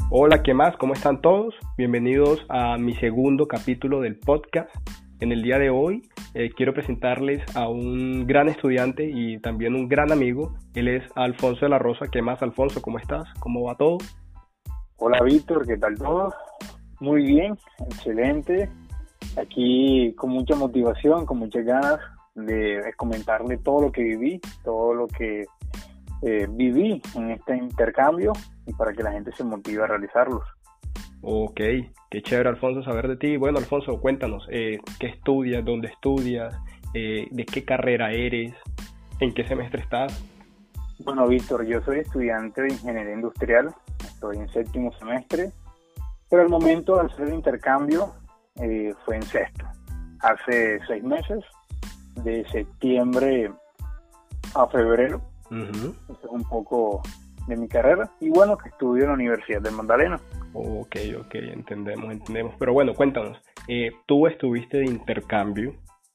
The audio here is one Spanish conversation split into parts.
Hola, ¿qué más? ¿Cómo están todos? Bienvenidos a mi segundo capítulo del podcast. En el día de hoy quiero presentarles a un gran estudiante y también un gran amigo. Él es Alfonso de la Rosa. ¿Qué más, Alfonso? ¿Cómo estás? ¿Cómo va todo? Hola Víctor, ¿qué tal todo? Muy bien, excelente. Aquí con mucha motivación, con muchas ganas de comentarle todo lo que viví, todo lo que viví en este intercambio y para que la gente se motive a realizarlos. Ok, qué chévere, Alfonso, saber de ti. Bueno, Alfonso, cuéntanos, ¿qué estudias? ¿Dónde estudias? ¿De qué carrera eres? ¿En qué semestre estás? Bueno, Víctor, yo soy estudiante de Ingeniería Industrial, estoy en séptimo semestre, pero al momento de hacer el intercambio fue en sexto, hace 6 meses, de septiembre a febrero. Eso es un poco de mi carrera y bueno, que estudio en la Universidad de Magdalena. Ok, entendemos. Pero bueno, cuéntanos, tú estuviste de intercambio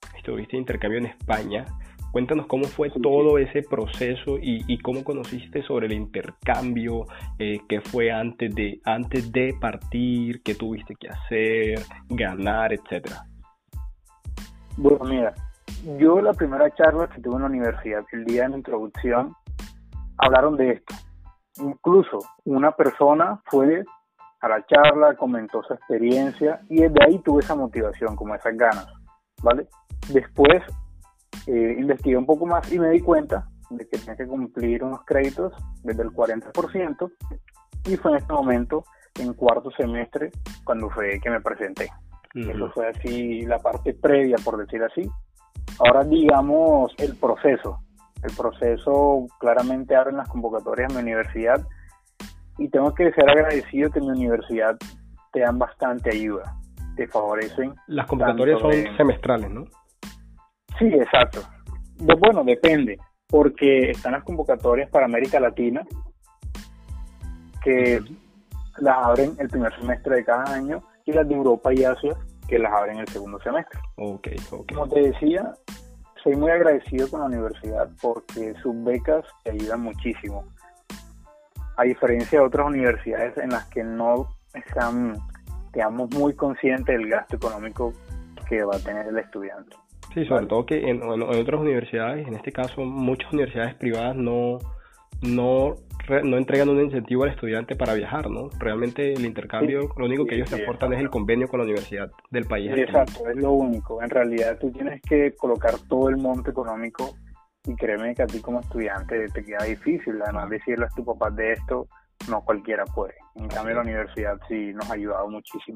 en España. Cuéntanos cómo fue todo ese proceso y cómo conociste sobre el intercambio, qué fue antes de partir, qué tuviste que hacer, ganar, etcétera. Bueno, mira, yo la primera charla que tuve en la universidad, el día de mi introducción, hablaron de esto. Incluso una persona fue a la charla, comentó su experiencia y desde ahí tuve esa motivación, como esas ganas, ¿vale? Después investigué un poco más y me di cuenta de que tenía que cumplir unos créditos desde el 40% y fue en este momento, en cuarto semestre, cuando fue que me presenté. Eso fue así, la parte previa, por decir así. Ahora digamos el proceso. El proceso claramente abre las convocatorias en mi universidad y tengo que ser agradecido que en mi universidad te dan bastante ayuda, te favorecen. Las convocatorias son semestrales, ¿no? Sí, exacto. Bueno, depende, porque están las convocatorias para América Latina, que las abren el primer semestre de cada año, y las de Europa y Asia, que las abren el segundo semestre. Okay. Como te decía, soy muy agradecido con la universidad porque sus becas te ayudan muchísimo. A diferencia de otras universidades en las que no están, digamos, muy conscientes del gasto económico que va a tener el estudiante. Sí, sobre todo que en otras universidades, en este caso muchas universidades privadas no entregan un incentivo al estudiante para viajar, ¿no? Realmente el intercambio, lo único que ellos te aportan es el convenio con la universidad del país. Exacto, es lo único. En realidad tú tienes que colocar todo el monto económico y créeme que a ti como estudiante te queda difícil. Además decirle a tus papás de esto, no cualquiera puede. En cambio la universidad sí nos ha ayudado muchísimo.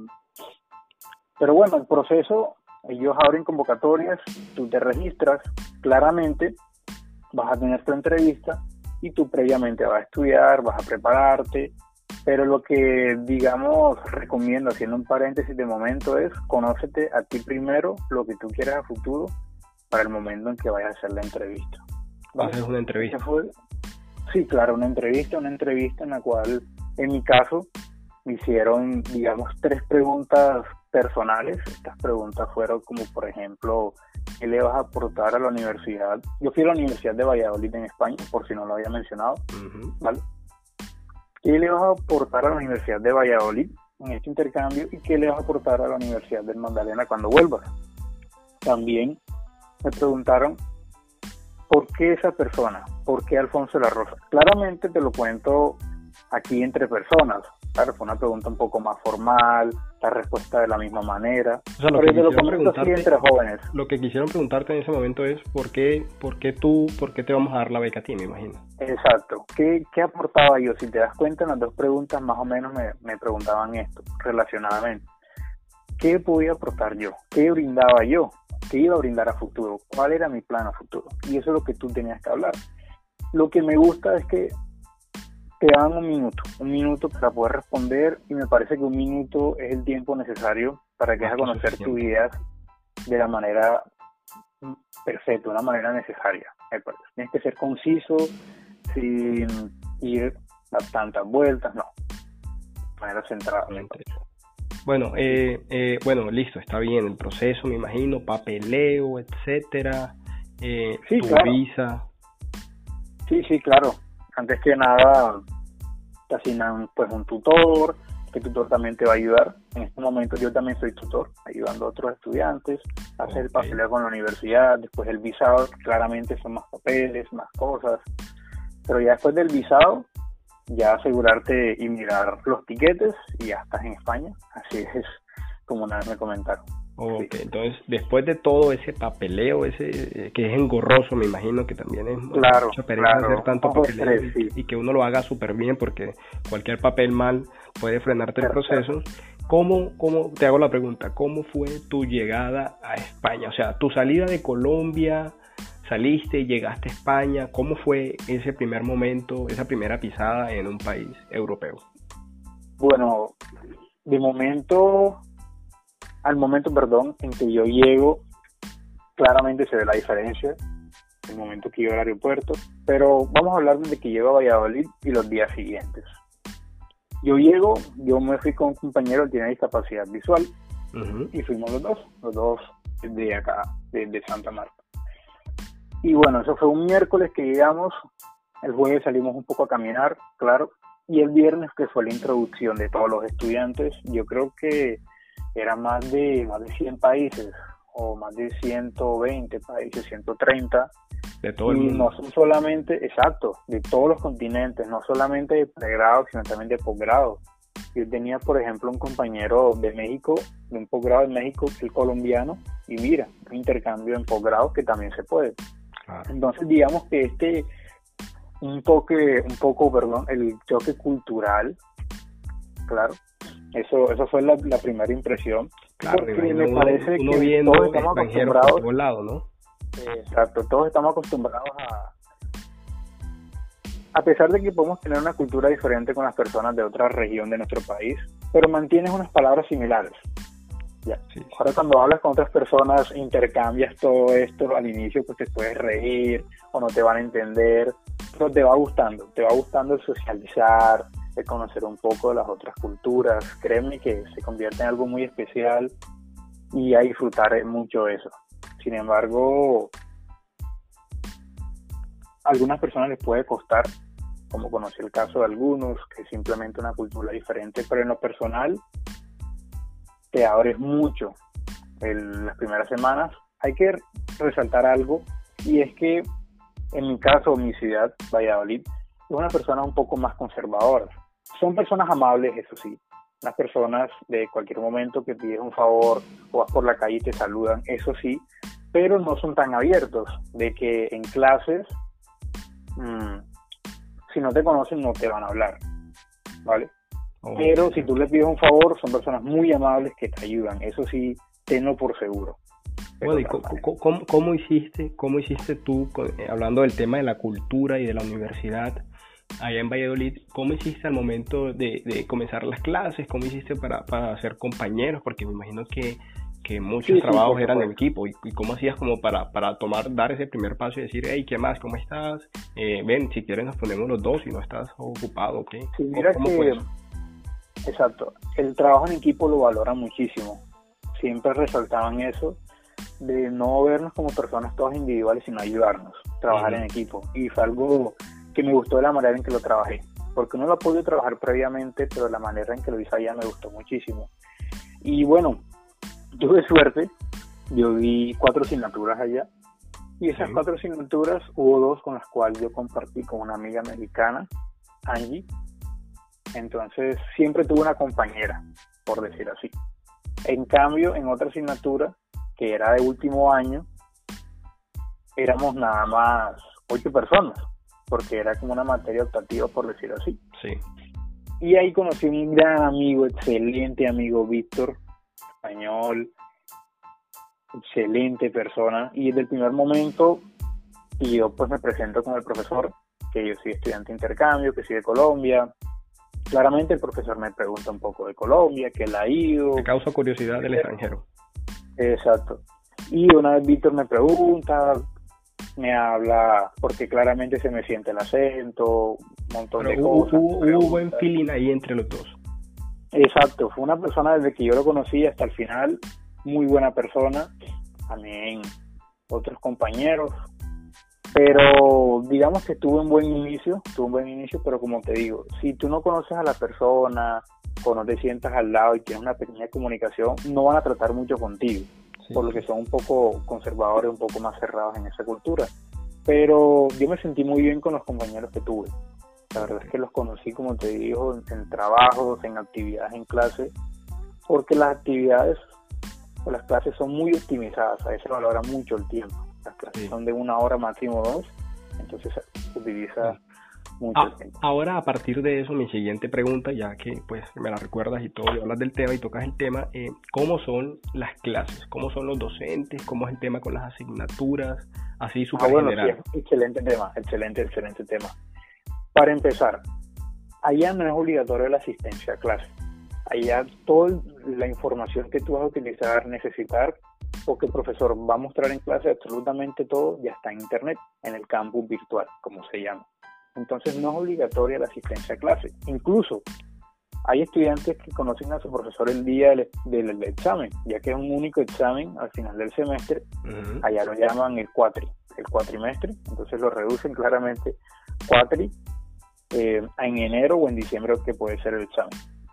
Pero bueno, el proceso, ellos abren convocatorias, tú te registras, claramente vas a tener tu entrevista y tú previamente vas a estudiar, vas a prepararte, pero lo que, digamos, recomiendo, haciendo un paréntesis de momento, es conócete a ti primero, lo que tú quieras a futuro, para el momento en que vayas a hacer la entrevista. ¿Vas a hacer una entrevista? Sí, claro, una entrevista en la cual, en mi caso, me hicieron, digamos, 3 preguntas personales. Estas preguntas fueron como, por ejemplo, ¿qué le vas a aportar a la universidad? Yo fui a la Universidad de Valladolid en España, por si no lo había mencionado, ¿vale? ¿Qué le vas a aportar a la Universidad de Valladolid en este intercambio y qué le vas a aportar a la Universidad del Magdalena cuando vuelvas? También me preguntaron, ¿por qué esa persona? ¿Por qué Alfonso de la Rosa? Claramente te lo cuento aquí entre personas. Claro, fue una pregunta un poco más formal, la respuesta de la misma manera. O sea, pero te lo comento así entre jóvenes. Lo que quisieron preguntarte en ese momento es ¿por qué te vamos a dar la beca a ti, me imagino? Exacto. ¿Qué aportaba yo? Si te das cuenta, en las 2 preguntas más o menos me preguntaban esto, relacionadamente. ¿Qué podía aportar yo? ¿Qué brindaba yo? ¿Qué iba a brindar a futuro? ¿Cuál era mi plan a futuro? Y eso es lo que tú tenías que hablar. Lo que me gusta es que te dan un minuto para poder responder, y me parece que 1 minuto es el tiempo necesario para que dejes conocer tus ideas de la manera perfecta, de una manera necesaria. Tienes que ser conciso, sin ir a tantas vueltas, no, de manera centrada. Bueno, listo, está bien el proceso, me imagino, papeleo, etcétera, Sí, tu claro. visa. Sí, claro. Antes que nada, te asignan pues un tutor, que el tutor también te va a ayudar. En este momento yo también soy tutor, ayudando a otros estudiantes, a hacer el papeleo con la universidad, después el visado, claramente son más papeles, más cosas, pero ya después del visado, ya asegurarte y mirar los tiquetes y ya estás en España, así es como una vez me comentaron. Ok, Sí. entonces después de todo ese papeleo, ese que es engorroso, me imagino que también es Claro, mucha pereza claro, hacer tanto ojo, papeleo estrés, sí. y que uno lo haga súper bien porque cualquier papel mal puede frenarte el proceso. Perfecto. ¿Cómo, te hago la pregunta, cómo fue tu llegada a España? O sea, tu salida de Colombia, saliste y llegaste a España, ¿cómo fue ese primer momento, esa primera pisada en un país europeo? Bueno, de momento, al momento, perdón, en que yo llego, claramente se ve la diferencia, el momento que llego al aeropuerto, pero vamos a hablar de que llego a Valladolid y los días siguientes. Yo me fui con un compañero que tiene discapacidad visual y fuimos los dos de acá, de Santa Marta. Y bueno, eso fue un miércoles que llegamos, el jueves salimos un poco a caminar, claro, y el viernes, que fue la introducción de todos los estudiantes, yo creo que eran más de 100 países, o más de 120 países, 130. De todo el mundo. Y no son solamente, exacto, de todos los continentes, no solamente de pregrado, sino también de posgrado. Yo tenía, por ejemplo, un compañero de México, de un posgrado en México, el colombiano, y mira, un intercambio en posgrado que también se puede. Claro. Entonces, digamos que el choque cultural, claro, eso fue la primera impresión. Claro, porque me parece uno que viendo todos estamos extranjeros por acostumbrados, todos lados, ¿no? exacto, todos estamos acostumbrados a pesar de que podemos tener una cultura diferente con las personas de otra región de nuestro país, pero mantienes unas palabras similares. Ya. Sí. Ahora cuando hablas con otras personas, intercambias todo esto, al inicio pues te puedes reír o no te van a entender, pero te va gustando el socializar, el conocer un poco de las otras culturas. Créeme que se convierte en algo muy especial y a disfrutar mucho eso. Sin embargo, a algunas personas les puede costar, como conocí el caso de algunos, que es simplemente una cultura diferente, pero en lo personal te abres mucho. En las primeras semanas hay que resaltar algo, y es que en mi caso, mi ciudad, Valladolid, es una persona un poco más conservadora. Son personas amables, eso sí, unas personas de cualquier momento que pides un favor o vas por la calle y te saludan, eso sí, pero no son tan abiertos, de que en clases si no te conocen no te van a hablar, ¿vale? Pero si tú les pides un favor, son personas muy amables que te ayudan, eso sí, tenlo por seguro. Bueno, ¿y cómo hiciste tú, hablando del tema de la cultura y de la universidad allá en Valladolid, cómo hiciste al momento de comenzar las clases? ¿Cómo hiciste para hacer compañeros? Porque me imagino que muchos trabajos eran en equipo, y cómo hacías como para dar ese primer paso y decir, hey, ¿qué más? ¿Cómo estás? Ven, si quieres nos ponemos los dos si no estás ocupado, ¿ok? Sí, mira ¿Cómo fue eso? Exacto, el trabajo en equipo lo valoran muchísimo, siempre resaltaban eso, de no vernos como personas todas individuales, sino ayudarnos, trabajar en equipo, y fue algo que me gustó de la manera en que lo trabajé, porque no lo pude trabajar previamente, pero la manera en que lo hice allá me gustó muchísimo. Y bueno, tuve suerte, yo vi 4 asignaturas allá, y esas 4 asignaturas hubo 2 con las cuales yo compartí con una amiga mexicana, Angie. Entonces siempre tuve una compañera, por decir así. En cambio, en otra asignatura, que era de último año, éramos nada más 8 personas, porque era como una materia optativa, por decir así. Sí. Y ahí conocí un gran amigo, excelente amigo, Víctor, español, excelente persona, y desde el primer momento yo pues me presento con el profesor, que yo soy estudiante de intercambio, que soy de Colombia. Claramente el profesor me pregunta un poco de Colombia, que él ha ido. Me causa curiosidad del extranjero. Exacto. Y una vez Víctor me pregunta, me habla, porque claramente se me siente el acento, un montón de cosas. Hubo buen feeling ahí entre los dos. Exacto, fue una persona desde que yo lo conocí hasta el final, muy buena persona, también otros compañeros, Pero digamos que tuvo un buen inicio, pero como te digo, si tú no conoces a la persona o no te sientas al lado y tienes una pequeña comunicación, no van a tratar mucho contigo, Sí. por lo que son un poco conservadores, un poco más cerrados en esa cultura. Pero yo me sentí muy bien con los compañeros que tuve. La verdad es que los conocí, como te digo, en trabajos, en actividades en clase, porque las actividades o las clases son muy optimizadas, a veces se valora mucho el tiempo. Las clases Sí. son de 1 hora, máximo 2, entonces se utiliza mucho el tiempo. Ahora, a partir de eso, mi siguiente pregunta, ya que pues me la recuerdas y todo, y hablas del tema y tocas el tema, ¿cómo son las clases? ¿Cómo son los docentes? ¿Cómo es el tema con las asignaturas? Así súper Bueno, general. sí, excelente tema. Para empezar, allá no es obligatorio la asistencia a clase. Allá toda la información que tú vas a utilizar, necesitar, o que el profesor va a mostrar en clase, absolutamente todo ya está en internet, en el campus virtual, como se llama. Entonces no es obligatoria la asistencia a clase. Incluso hay estudiantes que conocen a su profesor el día del examen, ya que es un único examen al final del semestre. Uh-huh. Allá lo llaman el cuatrimestre, entonces lo reducen claramente cuatri en enero o en diciembre, que puede ser el examen.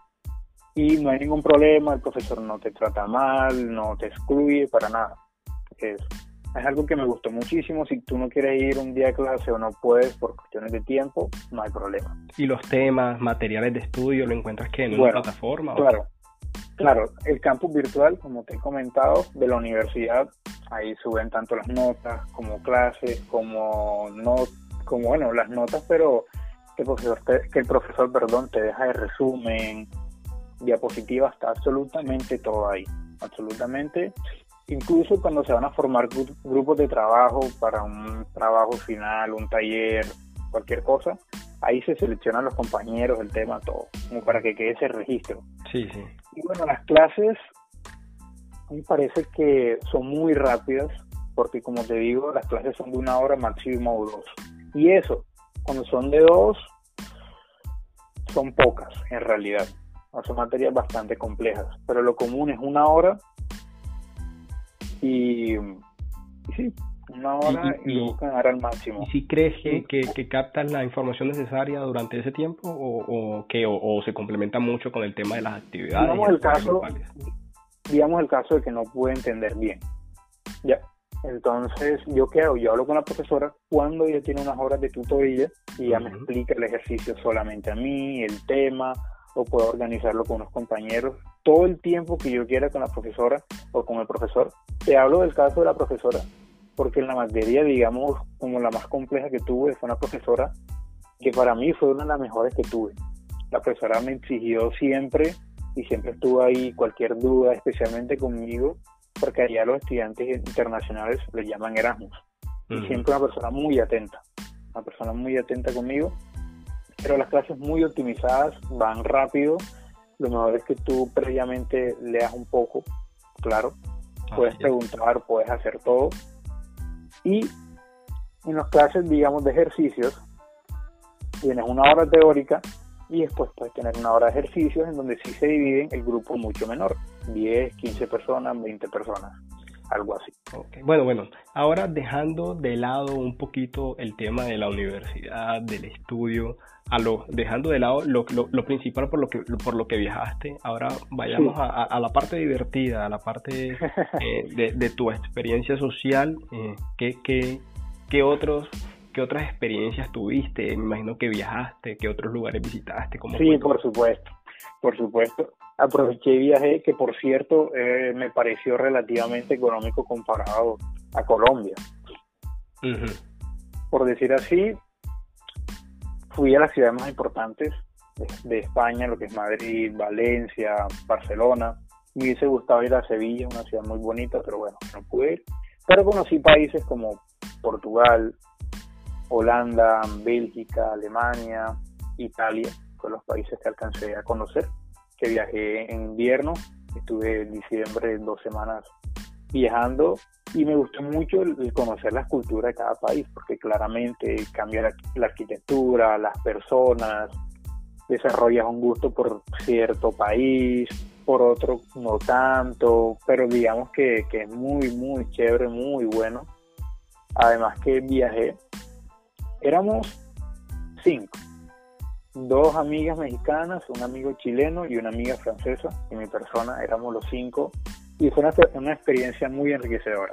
Y no hay ningún problema, el profesor no te trata mal, no te excluye para nada. Es algo que me gustó muchísimo. Si tú no quieres ir un día a clase o no puedes por cuestiones de tiempo, no hay problema. ¿Y los temas, materiales de estudio, lo encuentras que en una plataforma? Claro, el campus virtual, como te he comentado, de la universidad, ahí suben tanto las notas como clases, como las notas, pero que el profesor te deja de resumen, diapositivas, está absolutamente todo ahí, absolutamente. Incluso cuando se van a formar grupos de trabajo para un trabajo final, un taller, cualquier cosa, ahí se seleccionan los compañeros, el tema, todo, como para que quede ese registro. Sí. Y bueno, las clases, me parece que son muy rápidas, porque como te digo, las clases son de 1 hora, máximo 2. Y eso, cuando son de 2, son pocas en realidad. Son materias bastante complejas, pero lo común es 1 hora y sí, 1 hora y buscan dar al máximo. ¿Y si crees que captas la información necesaria durante ese tiempo o se complementa mucho con el tema de las actividades? Digamos el caso de que no pude entender bien. Ya. Entonces, ¿yo qué hago? Yo hablo con la profesora cuando ella tiene unas horas de tutoría y ella me explica el ejercicio solamente a mí, el tema, o puedo organizarlo con unos compañeros todo el tiempo que yo quiera con la profesora o con el profesor. Te hablo del caso de la profesora porque en la materia, digamos, como la más compleja que tuve, fue una profesora que para mí fue una de las mejores que tuve. La profesora me exigió siempre y siempre estuvo ahí, cualquier duda, especialmente conmigo, porque allá los estudiantes internacionales les llaman Erasmus. Y siempre una persona muy atenta conmigo. Pero las clases muy optimizadas, van rápido. Lo mejor es que tú previamente leas un poco, claro. Puedes preguntar, puedes hacer todo. Y en las clases, digamos, de ejercicios, tienes 1 hora teórica y después puedes tener 1 hora de ejercicios en donde sí se dividen el grupo mucho menor. 10, 15 personas, 20 personas. Algo así. Okay. Bueno, ahora dejando de lado un poquito el tema de la universidad, del estudio, dejando de lado lo principal por lo que viajaste, ahora vayamos a la parte divertida, a la parte de tu experiencia social. ¿Qué otras experiencias tuviste? Me imagino que viajaste, ¿qué otros lugares visitaste? Sí, por supuesto. Aproveché y viajé, que por cierto me pareció relativamente económico comparado a Colombia. Por decir así, fui a las ciudades más importantes de España, lo que es Madrid, Valencia, Barcelona. Me hubiese gustado ir a Sevilla, una ciudad muy bonita, pero bueno, no pude ir. Pero conocí países como Portugal, Holanda, Bélgica, Alemania, Italia, con los países que alcancé a conocer. Que viajé en invierno, estuve en diciembre 2 semanas viajando y me gustó mucho el conocer las culturas de cada país, porque claramente cambia la arquitectura, las personas, desarrollas un gusto por cierto país, por otro no tanto, pero digamos que es muy, muy chévere, muy bueno. Además que viajé Éramos 5, 2 amigas mexicanas, un amigo chileno y una amiga francesa, y mi persona, éramos los 5, y fue una experiencia muy enriquecedora.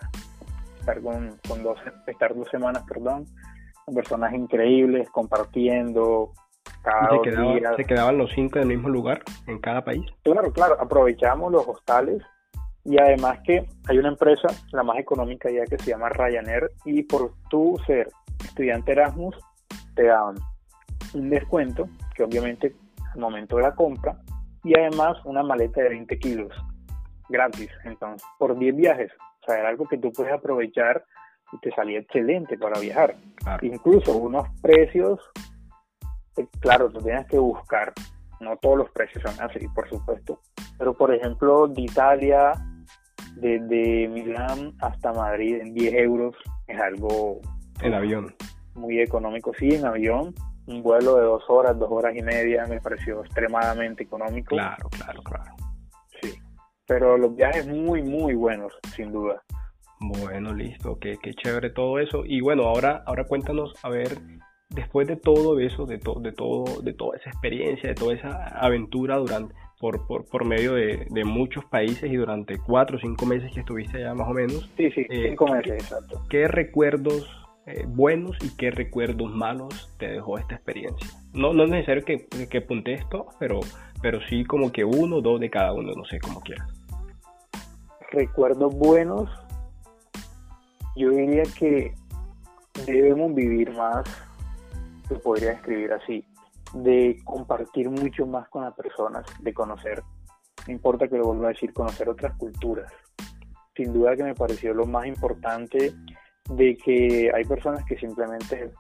Estar 2 semanas, con personas increíbles, compartiendo cada día. ¿Se quedaban los 5 en el mismo lugar, en cada país? Claro, aprovechamos los hostales, y además que hay una empresa, la más económica ya, que se llama Ryanair, y por tú ser estudiante Erasmus, te daban un descuento, que obviamente al momento de la compra, y además una maleta de 20 kilos, gratis, entonces, por 10 viajes. O sea, era algo que tú puedes aprovechar y te salía excelente para viajar. Claro. Incluso unos precios, claro, tú tienes que buscar, no todos los precios son así, por supuesto, pero por ejemplo, de Italia, desde Milán hasta Madrid en 10 euros, es algo... En avión. Muy económico, sí, en avión. Un vuelo de 2 horas, 2 horas y media, me pareció extremadamente económico. Claro. Sí, pero los viajes muy, muy buenos, sin duda. Bueno, listo, qué chévere todo eso. Y bueno, ahora cuéntanos, a ver, después de todo eso, de toda esa experiencia, de toda esa aventura por medio de muchos países y durante 4 o 5 meses que estuviste allá más o menos. Sí, 5 meses, exacto. ¿Qué recuerdos buenos y qué recuerdos malos te dejó esta experiencia? No es necesario que apuntes todo, pero sí como que 1 o 2 de cada uno, no sé, como quieras. Recuerdos buenos, yo diría que debemos vivir más, se podría escribir así, de compartir mucho más con las personas, de conocer, no importa que lo vuelva a decir, conocer otras culturas. Sin duda que me pareció lo más importante, de que hay personas que simplemente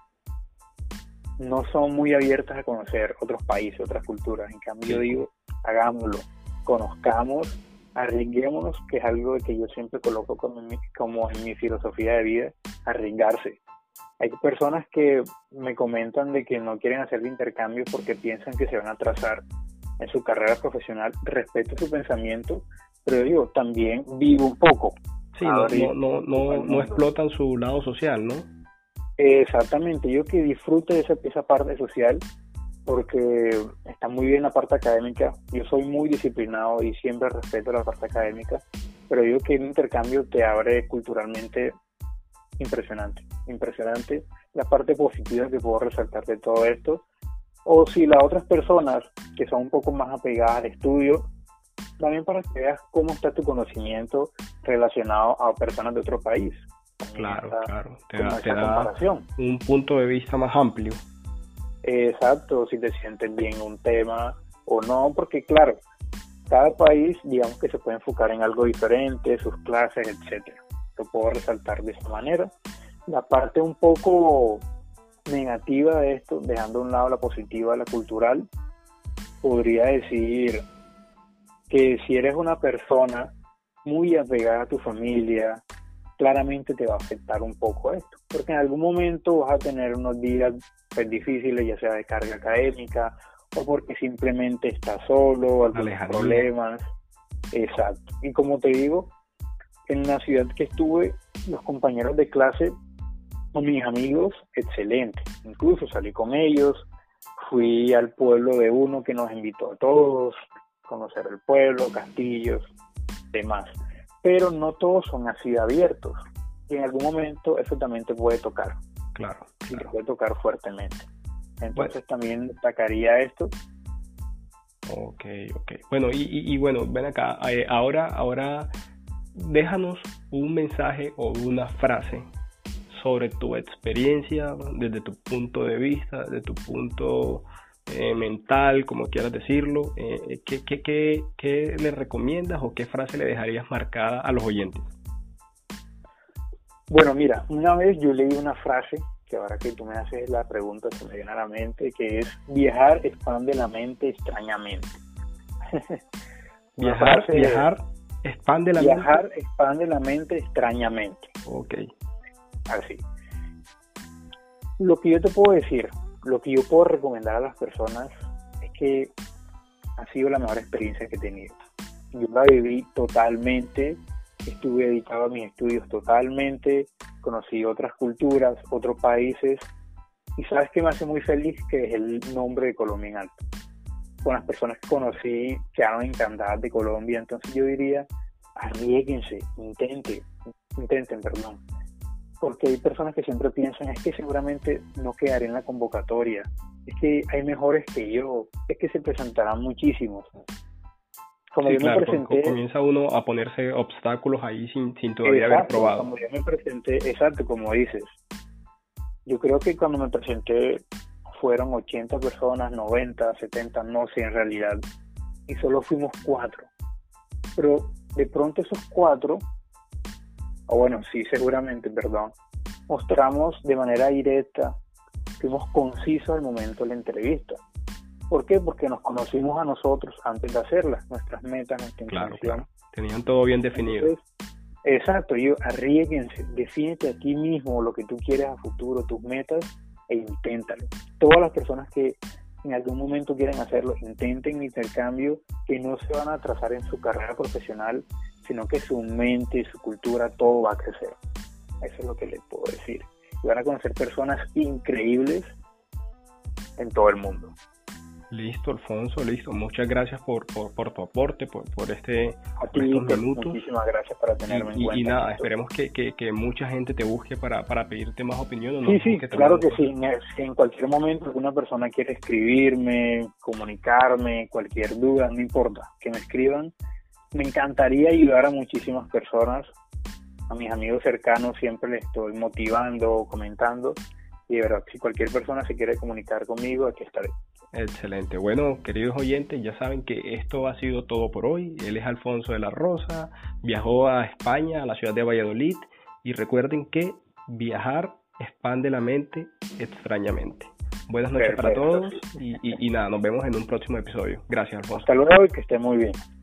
no son muy abiertas a conocer otros países, otras culturas. En cambio, yo digo, hagámoslo, conozcamos, arriesguémonos, que es algo que yo siempre coloco como en mi filosofía de vida, arriesgarse. Hay personas que me comentan de que no quieren hacer el intercambio porque piensan que se van a atrasar en su carrera profesional. Respeto su pensamiento, pero digo, también vivo un poco. Sí, no explotan su lado social, ¿no? Exactamente, yo que disfrute de esa parte social, porque está muy bien la parte académica. Yo soy muy disciplinado y siempre respeto la parte académica, pero digo que el intercambio te abre culturalmente impresionante la parte positiva que puedo resaltar de todo esto. O si las otras personas que son un poco más apegadas al estudio, también para que veas cómo está tu conocimiento relacionado a personas de otro país. Claro, te da un punto de vista más amplio. Exacto, si te sientes bien en un tema o no, porque claro, cada país, digamos que se puede enfocar en algo diferente, sus clases, etcétera. Lo puedo resaltar de esa manera. La parte un poco negativa de esto, dejando a un lado la positiva, la cultural, podría decir que si eres una persona muy apegada a tu familia, claramente te va a afectar un poco esto, porque en algún momento vas a tener unos días pues, difíciles, ya sea de carga académica o porque simplemente estás solo, algunos problemas. Exacto. Y como te digo, en la ciudad que estuve, los compañeros de clase o mis amigos, excelente. Incluso salí con ellos, fui al pueblo de uno que nos invitó a todos, conocer el pueblo, castillos, demás. Pero no todos son así abiertos. Y en algún momento eso también te puede tocar. Claro. Y te puede tocar fuertemente. Entonces también destacaría esto. Ok. Bueno, y bueno, ven acá. Ahora déjanos un mensaje o una frase sobre tu experiencia, desde tu punto de vista, desde tu punto mental, como quieras decirlo. ¿Qué le recomiendas o qué frase le dejarías marcada a los oyentes? Bueno, mira, una vez yo leí una frase que ahora que tú me haces la pregunta se me viene a la mente, que es: viajar expande la mente extrañamente. Viajar expande la mente. Viajar expande la mente extrañamente. Ok. Así. Lo que yo te puedo decir, lo que yo puedo recomendar a las personas es que ha sido la mejor experiencia que he tenido. Yo la viví totalmente, estuve dedicado a mis estudios totalmente, conocí otras culturas, otros países, Y sabes que me hace muy feliz que es el nombre de Colombia en alto. Con las personas que conocí quedaron encantadas de Colombia, entonces yo diría, arriéguense, intenten, perdón. Porque hay personas que siempre piensan, es que seguramente no quedaré en la convocatoria, es que hay mejores que yo, es que se presentarán muchísimos. Como Sí, yo me claro, presenté, comienza uno a ponerse obstáculos ahí sin todavía haber exacto, probado. cuando yo me presenté, exacto, como dices, yo creo que cuando me presenté fueron 80 personas, 90, 70, no sé en realidad, y solo fuimos 4. Pero de pronto esos 4, o bueno, sí, seguramente, perdón, mostramos de manera directa, fuimos concisos al momento de la entrevista. ¿Por qué? Porque nos conocimos a nosotros antes de hacerla, nuestras metas, nuestra intención. Claro. Tenían todo bien definido. Entonces, exacto, arriéguense, defínete a ti mismo lo que tú quieres a futuro, tus metas, e inténtalo. Todas las personas que en algún momento quieren hacerlo, intenten el intercambio, que no se van a atrasar en su carrera profesional, sino que su mente, su cultura, todo va a crecer. Eso es lo que les puedo decir. Y van a conocer personas increíbles en todo el mundo. Listo, Alfonso, listo. Muchas gracias por tu aporte, por A ti, estos minutos. Muchísimas gracias por tenerme en cuenta. Y nada, esperemos que mucha gente te busque para pedirte más opinión. Sí, claro que sí. Si en cualquier momento alguna persona quiere escribirme, comunicarme, cualquier duda, no importa, que me escriban. Me encantaría ayudar a muchísimas personas. A mis amigos cercanos siempre les estoy motivando, comentando. Y de verdad, si cualquier persona se quiere comunicar conmigo, aquí estaré. Excelente. Bueno, queridos oyentes, ya saben que esto ha sido todo por hoy. Él es Alfonso de la Rosa, viajó a España, a la ciudad de Valladolid, y recuerden que viajar expande la mente extrañamente. Buenas noches para todos y nada, nos vemos en un próximo episodio. Gracias, Alfonso. Hasta luego y que esté muy bien.